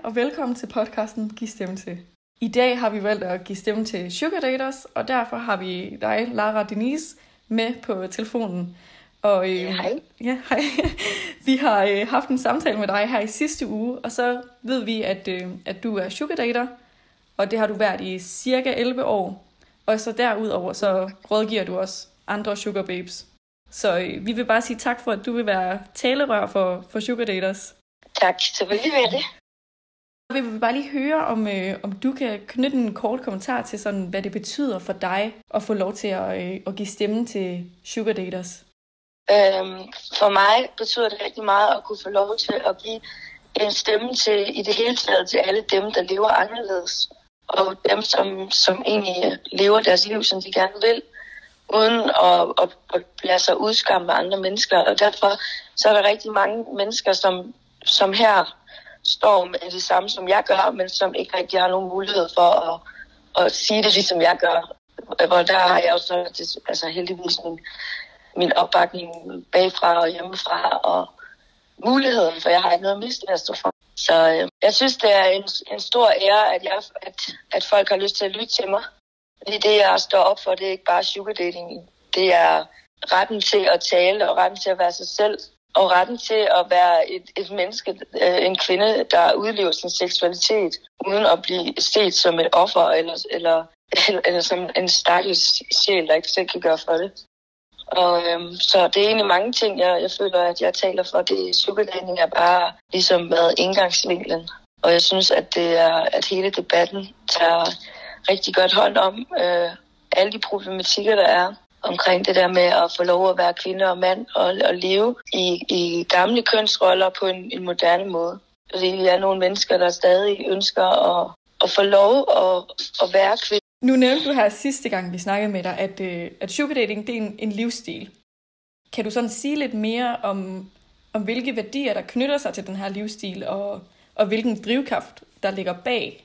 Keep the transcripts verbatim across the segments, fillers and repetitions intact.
og velkommen til podcasten Giv stemme til. I dag har vi valgt at give stemme til Sugar Daters, og derfor har vi dig, Lara Denise, med på telefonen. Og, øh, ja, hej. Ja, hej. Vi har øh, haft en samtale med dig her i sidste uge, og så ved vi, at, øh, at du er Sugar Dater, og det har du været i cirka elleve år. Og så derudover, så rådgiver du også andre Sugar Babes. Så øh, vi vil bare sige tak for, at du vil være talerør for, for Sugar Daters. Tak, selvfølgelig vil jeg det. Vi vil bare lige høre, om, øh, om du kan knytte en kort kommentar til, sådan, hvad det betyder for dig at få lov til at, øh, at give stemme til Sugar Daters. Øhm, for mig betyder det rigtig meget at kunne få lov til at give en stemme til i det hele taget til alle dem, der lever anderledes. Og dem, som, som egentlig lever deres liv, som de gerne vil, uden at, at, at lade sig udskamme af andre mennesker. Og derfor så er der rigtig mange mennesker, som, som her står med det samme, som jeg gør, men som ikke rigtig har nogen mulighed for at, at sige det, ligesom jeg gør. Hvor der har jeg også altså heldigvis min, min opbakning bagfra og hjemmefra, og muligheden, for jeg har ikke noget at miste at stå for. Så øh, jeg synes, det er en, en stor ære, at, jeg, at, at folk har lyst til at lytte til mig. Fordi det, jeg står op for, det er ikke bare sugar dating. Det er retten til at tale, og retten til at være sig selv, og retten til at være et, et menneske, øh, en kvinde, der udlever sin seksualitet, uden at blive set som et offer, eller, eller, eller, eller som en stakkels sjæl, der ikke selv kan gøre for det. Og øhm, så det er egentlig mange ting, jeg, jeg føler, at jeg taler for. Det sugar dating er bare ligesom været indgangsvinklen. Og jeg synes, at det er, at hele debatten tager rigtig godt hånd om øh, alle de problematikker, der er omkring det der med at få lov at være kvinde og mand og, og leve i, i gamle kønsroller på en, en moderne måde. Fordi vi er nogle mennesker, der stadig ønsker at, at få lov at, at være kvinde. Nu nævnte du her sidste gang, vi snakkede med dig, at, øh, at sugar dating det er en, en livsstil. Kan du sådan sige lidt mere om, om hvilke værdier, der knytter sig til den her livsstil, og, og hvilken drivkraft, der ligger bag?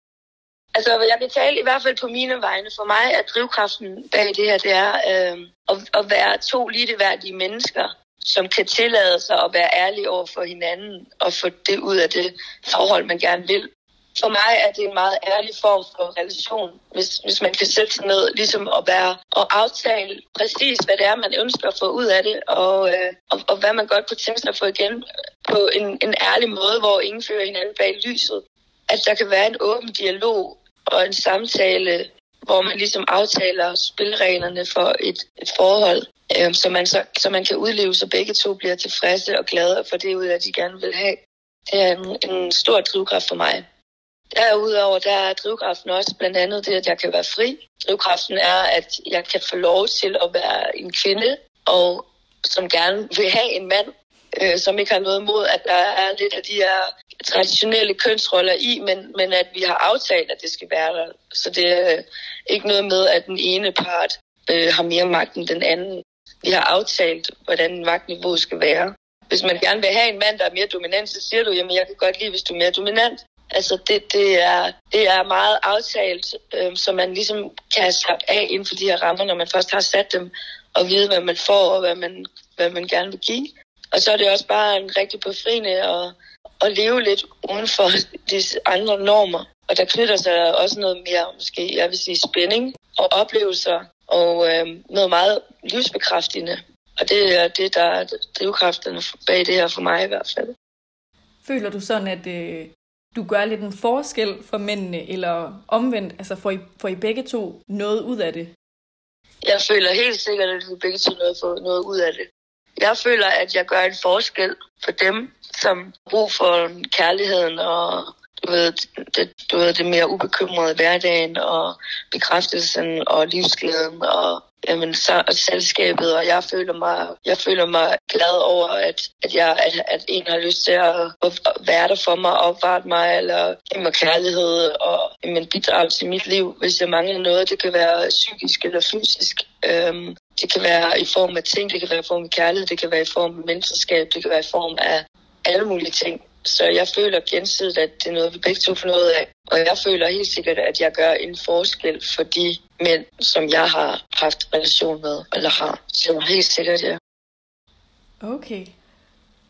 Altså, jeg kan tale i hvert fald på mine vegne. For mig er drivkraften bag det her, det er øh, at, at være to ligeværdige mennesker, som kan tillade sig at være ærlige over for hinanden, og få det ud af det forhold, man gerne vil. For mig er det en meget ærlig form for relation, hvis, hvis man kan sætte sig ned ligesom at være og aftale præcis, hvad det er, man ønsker at få ud af det, og, øh, og, og hvad man godt kunne tænke sig at få igen på en, en ærlig måde, hvor ingen fører hinanden bag lyset. At der kan være en åben dialog og en samtale, hvor man ligesom aftaler spillereglerne for et, et forhold, øh, så, man så, så man kan udleve, så begge to bliver tilfredse og glade for det ud af, de gerne vil have. Det er en, en stor drivkraft for mig. Derudover der er drivkraften også blandt andet det, at jeg kan være fri. Drivkraften er, at jeg kan få lov til at være en kvinde, og som gerne vil have en mand, øh, som ikke har noget imod, at der er lidt af de her traditionelle kønsroller i, men, men at vi har aftalt, at det skal være der. Så det er ikke noget med, at den ene part øh, har mere magt end den anden. Vi har aftalt, hvordan magtniveauet skal være. Hvis man gerne vil have en mand, der er mere dominant, så siger du, jamen jeg kan godt lide, hvis du er mere dominant. Altså det, det, er, det er meget aftalt, øh, så man ligesom kan slappe af inden for de her rammer, når man først har sat dem, og vide, hvad man får, og hvad man, hvad man gerne vil give. Og så er det også bare en rigtig befriende at, at leve lidt uden for de andre normer. Og der knytter sig også noget mere, måske jeg vil sige spænding og oplevelser, og øh, noget meget livsbekræftende. Og det er det, der er drivkræfterne bag det her for mig i hvert fald. Føler du sådan, at øh, du gør lidt en forskel for mændene, eller omvendt, altså får I, får I begge to noget ud af det? Jeg føler helt sikkert, at vi begge to får noget ud af det. Jeg føler, at jeg gør en forskel for dem, som har brug for kærligheden og du ved, det, du ved, det mere ubekymrede hverdagen og bekræftelsen og livsglæden og jamen, så, og selskabet. Og jeg føler mig, jeg føler mig glad over, at, at, jeg, at, at en har lyst til at, at være der for mig, opvarte mig eller give mig kærlighed og jamen, bidrage til mit liv, hvis jeg mangler noget. Det kan være psykisk eller fysisk. Øhm, det kan være i form af ting, det kan være i form af kærlighed, det kan være i form af mentorskab, det kan være i form af alle mulige ting. Så jeg føler gensidigt, at det er noget, vi begge to får noget af. Og jeg føler helt sikkert, at jeg gør en forskel for de mænd, som jeg har haft relation med, eller har. Så helt sikkert, ja. Okay.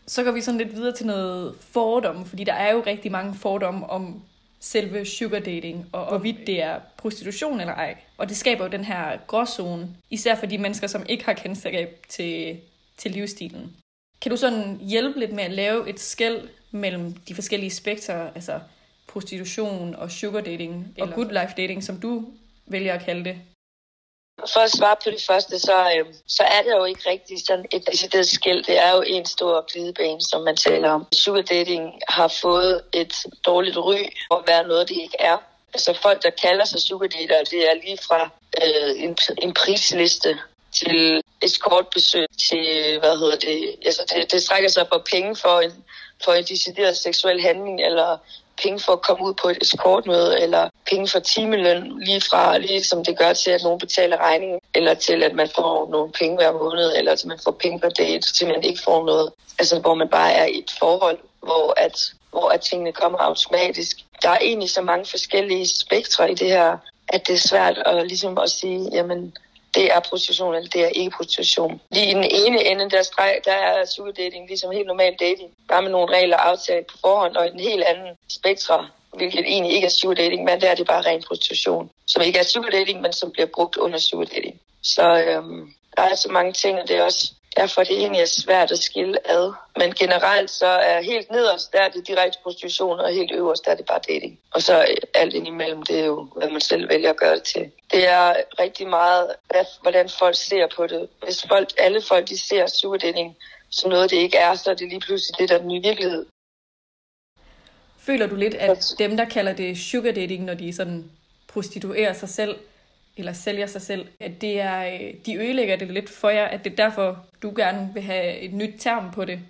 Så går vi sådan lidt videre til noget fordomme, fordi der er jo rigtig mange fordomme om selve sugar dating, og hvorvidt det er prostitution eller ej. Og det skaber jo den her gråzone, især for de mennesker, som ikke har kendskab til, til livsstilen. Kan du sådan hjælpe lidt med at lave et skel mellem de forskellige spektrer, altså prostitution og sugar dating, og good life dating, som du vælger at kalde det? For at svare på det første, så, øh, så er det jo ikke rigtig sådan et decideret skel. Det er jo en stor glidebane, som man taler om. Sugar dating har fået et dårligt ry at være noget, det ikke er. Altså folk, der kalder sig sugar dater, det er lige fra øh, en, en prisliste til escortbesøg til, hvad hedder det, altså det, det strækker sig for penge for en, for en decideret seksuel handling, eller penge for at komme ud på et escortmøde, eller penge for timeløn, lige fra, lige som det gør til, at nogen betaler regningen, eller til, at man får nogle penge hver måned, eller til, man får penge per date, til man ikke får noget. Altså, hvor man bare er i et forhold, hvor, at, hvor at tingene kommer automatisk. Der er egentlig så mange forskellige spektre i det her, at det er svært at, ligesom at sige, jamen, det er prostitution, eller det er ikke prostitution. Lige i den ene ende, der, streg, der er sugar dating ligesom helt normal dating. Bare med nogle regler aftalt på forhånd, og i den helt anden spektre, hvilket egentlig ikke er sugar dating, men der er det bare ren prostitution. Som ikke er sugar dating, men som bliver brugt under sugar dating. Så øhm, der er så mange ting, og det er også derfor, det egentlig er svært at skille ad. Men generelt så er helt nederst, der er det direkte prostitution, og helt øverst, der er det bare dating. Og så alt indimellem, det er jo, hvad man selv vælger at gøre det til. Det er rigtig meget, hvordan folk ser på det. Hvis folk, alle folk, de ser sugar dating som noget, det ikke er, så er det lige pludselig det, der er den nye virkelighed. Føler du lidt, at dem, der kalder det sugar dating, når de sådan prostituerer sig selv, eller sælger sig selv, at det er, de ødelægger det lidt for jer, at det er derfor, du gerne vil have et nyt term på det?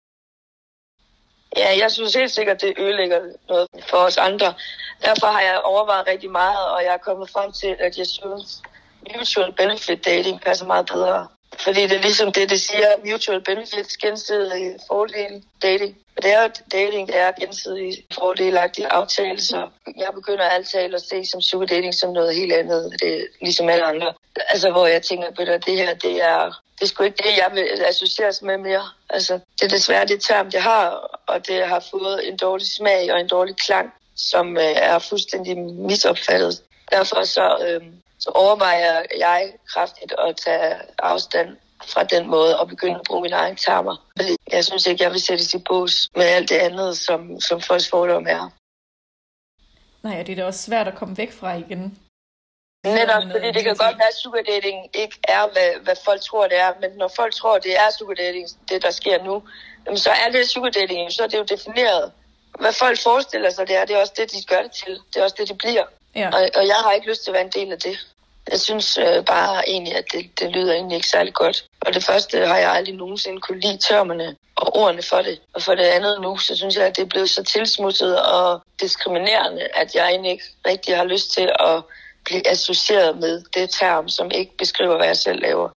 Ja, jeg synes helt sikkert, det ødelægger noget for os andre. Derfor har jeg overvejet rigtig meget, og jeg er kommet frem til, at jeg synes, mutual benefit dating passer meget bedre. Fordi det er ligesom det, det siger, mutual benefits, gensidig fordel dating. Og det er jo dating, det er gensidig fordelagtig aftale, så jeg begynder altid at se som sugar dating som noget helt andet, det er ligesom alle andre. Altså, hvor jeg tænker på det, det her, det er, det er sgu ikke det, jeg vil associeres med mere. Altså, det er desværre det term, det har, og det har fået en dårlig smag og en dårlig klang, som øh, er fuldstændig misopfattet. Derfor så, øh, så overvejer jeg kraftigt at tage afstand fra den måde og begynde at bruge mine egne termer. Jeg synes ikke, jeg vil sættes i bås med alt det andet, som, som folks fordomme er. Nej, og det er da også svært at komme væk fra igen. Netop, fordi det kan godt være, at sugar dating ikke er, hvad, hvad folk tror, det er. Men når folk tror, det er sugar dating, det der sker nu, så er det sugar dating, så er det jo defineret. Hvad folk forestiller sig, det er, det er også det, de gør det til. Det er også det, det bliver. Ja. Og, og jeg har ikke lyst til at være en del af det. Jeg synes øh, bare egentlig, at det, det lyder egentlig ikke særlig godt. Og det første har jeg aldrig nogensinde kunne lide termerne og ordene for det. Og for det andet nu, så synes jeg, at det er blevet så tilsmuttet og diskriminerende, at jeg egentlig ikke rigtig har lyst til at blive associeret med det term, som ikke beskriver, hvad jeg selv laver.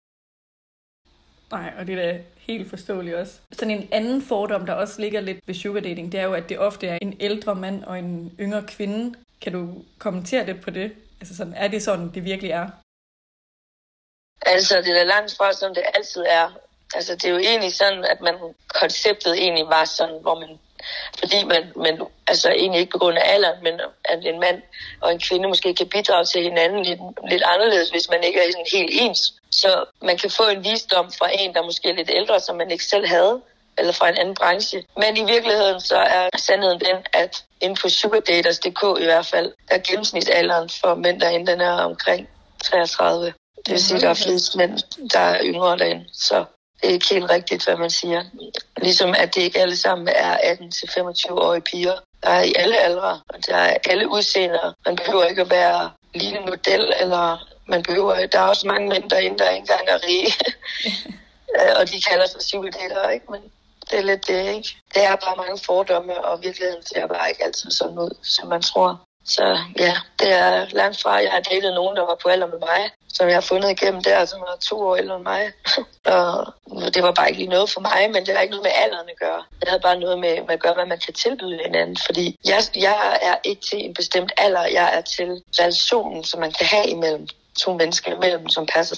Nej, og det er da helt forståeligt også. Sådan en anden fordom, der også ligger lidt ved sugar dating, det er jo, at det ofte er en ældre mand og en yngre kvinde. Kan du kommentere lidt på det? Altså sådan, er det sådan, det virkelig er? Altså, det er da langt fra, som det altid er. Altså, det er jo egentlig sådan, at man, konceptet egentlig var sådan, hvor man, fordi man, man altså egentlig ikke på grund af alderen, men at en mand og en kvinde måske kan bidrage til hinanden lidt, lidt anderledes, hvis man ikke er sådan helt ens. Så man kan få en visdom fra en, der måske er lidt ældre, som man ikke selv havde, eller fra en anden branche. Men i virkeligheden så er sandheden den, at inde på sugardaters punktum d k i hvert fald, der er gennemsnitsalderen for mænd derinde, den er omkring treogtredive. Det vil sige, at der er flest mænd, der er yngre derinde. Så det er ikke helt rigtigt, hvad man siger. Ligesom at det ikke alle sammen er atten til femogtyve-årige piger. Der er i alle aldre, og der er alle udseender. Man behøver ikke at være lille model, eller man behøver... Der er også mange mænd derinde, der ikke engang er rige. Og de kalder sig sugardater, ikke? Men det er lidt det, ikke? Det er bare mange fordomme, og virkeligheden ser bare ikke altid sådan ud, som man tror. Så ja, det er langt fra. Jeg har datet nogen, der var på alder med mig, som jeg har fundet igennem der, som var to år ældre end mig. Og det var bare ikke lige noget for mig, men det har ikke noget med alderen at gøre. Det havde bare noget med, med at gøre, hvad man kan tilbyde hinanden. Fordi jeg, jeg er ikke til en bestemt alder, jeg er til relationen, som man kan have imellem to mennesker imellem, som passer sammen.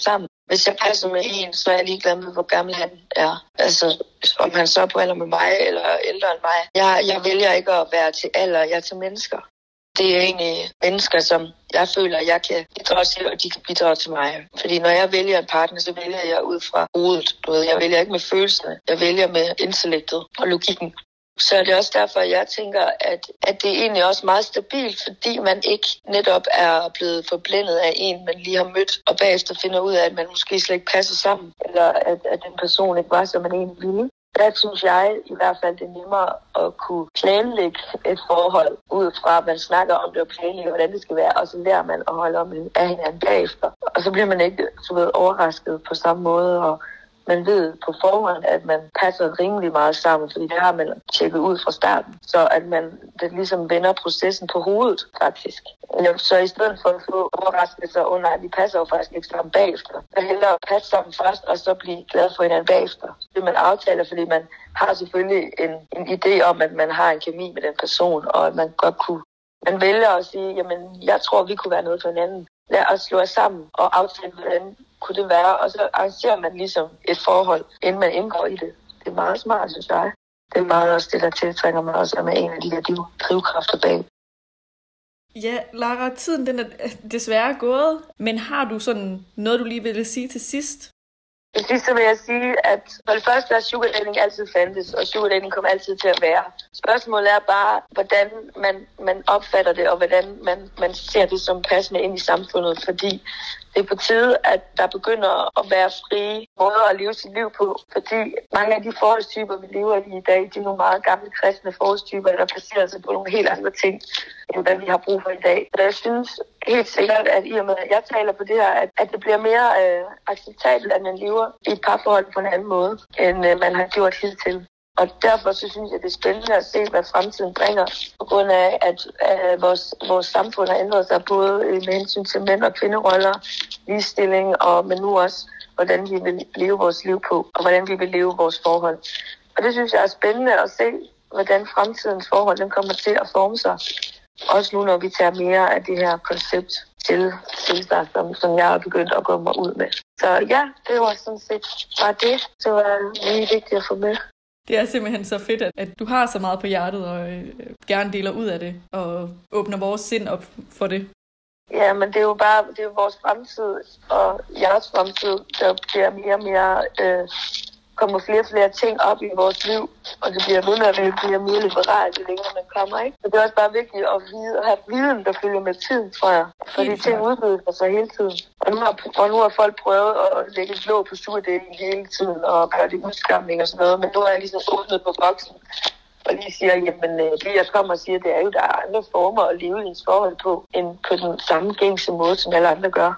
Hvis jeg passer med en, så er jeg ligeglad med, hvor gammel han er. Altså, om han så er på alder med mig, eller ældre end mig. Jeg, jeg vælger ikke at være til alder, jeg er til mennesker. Det er egentlig mennesker, som jeg føler, jeg kan bidrage til, og de kan bidrage til mig. Fordi når jeg vælger en partner, så vælger jeg ud fra hovedet. Du ved, jeg vælger ikke med følelserne, jeg vælger med intellektet og logikken. Så er det også derfor, jeg tænker, at, at det er egentlig også meget stabilt, fordi man ikke netop er blevet forblændet af en, man lige har mødt, og bagefter finder ud af, at man måske slet ikke passer sammen, eller at, at den person ikke var, som man egentlig ville. Der synes jeg i hvert fald, det er nemmere at kunne planlægge et forhold ud fra, at man snakker om det og planlægger, hvordan det skal være, og så lærer man at holde om af hinanden bagefter. Og så bliver man ikke så ved, overrasket på samme måde, og man ved på forhånd, at man passer rimelig meget sammen, fordi det har man tjekket ud fra starten. Så at man det ligesom vender processen på hovedet, faktisk. Så i stedet for at få overraskelser under, at vi passer jo faktisk ikke sammen bagefter, så hellere passe sammen først, og så blive glad for hinanden bagefter. Det man aftaler, fordi man har selvfølgelig en, en idé om, at man har en kemi med den person, og at man godt kunne. Man vælger at sige, jamen, jeg tror, vi kunne være noget for hinanden. Lad os slå os sammen og aftale, hvordan kunne det være, og så arrangerer man ligesom et forhold, inden man indgår i det. Det er meget smart, synes jeg. Det er meget også det, der tiltrænger mig også, med en af de her drivkræfter bag. Ja, Lara, tiden den er desværre gået, men har du sådan noget, du lige ville sige til sidst? Til sidst vil jeg sige, at for det første er sugar dating altid fandtes, og sugar dating kommer altid til at være. Spørgsmålet er bare, hvordan man, man opfatter det, og hvordan man, man ser det som passende ind i samfundet, fordi det er på tide, at der begynder at være frie måder at leve sit liv på, fordi mange af de forholdstyper, vi lever i i dag, de er nogle meget gamle kristne forholdstyper, der baserer sig på nogle helt andre ting, end hvad vi har brug for i dag. Så jeg synes helt sikkert, at i og med, at jeg taler på det her, at, at det bliver mere øh, acceptabelt, at man lever i et parforhold på en anden måde, end øh, man har gjort hidtil. Og derfor så synes jeg, det er spændende at se, hvad fremtiden bringer, på grund af, at øh, vores, vores samfund har ændret sig både med hensyn til mænd- og kvinderoller, ligestilling, og men nu også, hvordan vi vil leve vores liv på, og hvordan vi vil leve vores forhold. Og det synes jeg er spændende at se, hvordan fremtidens forhold den kommer til at forme sig. Også nu, når vi tager mere af det her koncept til, til sig, som, som jeg har begyndt at gå mig ud med. Så ja, det var sådan set bare det, det var lige vigtigt at få med. Det er simpelthen så fedt, at, at du har så meget på hjertet og øh, gerne deler ud af det og åbner vores sind op for det. Ja, men det er jo bare det er jo vores fremtid og jeres fremtid, der bliver mere og mere, øh, kommer flere og flere ting op i vores liv, og det bliver ved med at det bliver mere liberalt, det længere man kommer, ikke? Så det er også bare vigtigt at, vide, at have viden, der følger med tiden, tror jeg. Fordi ting udvider sig hele tiden. Og nu, har, og nu har folk prøvet at lægge et låg på surdating hele tiden og gøre det udskamning og sådan noget, men nu er jeg ligesom åbnet på boksen og lige siger, jamen det jeg kommer og siger, det er jo, der er andre former at leve i ens forhold på, end på den samme gængse måde, som alle andre gør.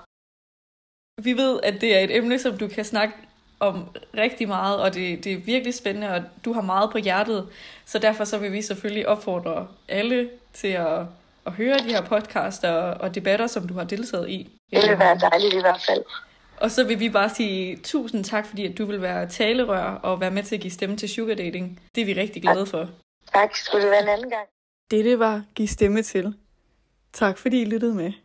Vi ved, at det er et emne, som du kan snakke om rigtig meget, og det, det er virkelig spændende, og du har meget på hjertet, så derfor så vil vi selvfølgelig opfordre alle til at, at høre de her podcaster og, og debatter, som du har deltaget i. Det vil være dejligt i hvert fald. Og så vil vi bare sige tusind tak, fordi at du vil være talerør og være med til at give stemme til sugar dating. Det er vi rigtig glade for. Tak, skulle det være en anden gang. Dette var Giv stemme til. Tak fordi I lyttede med.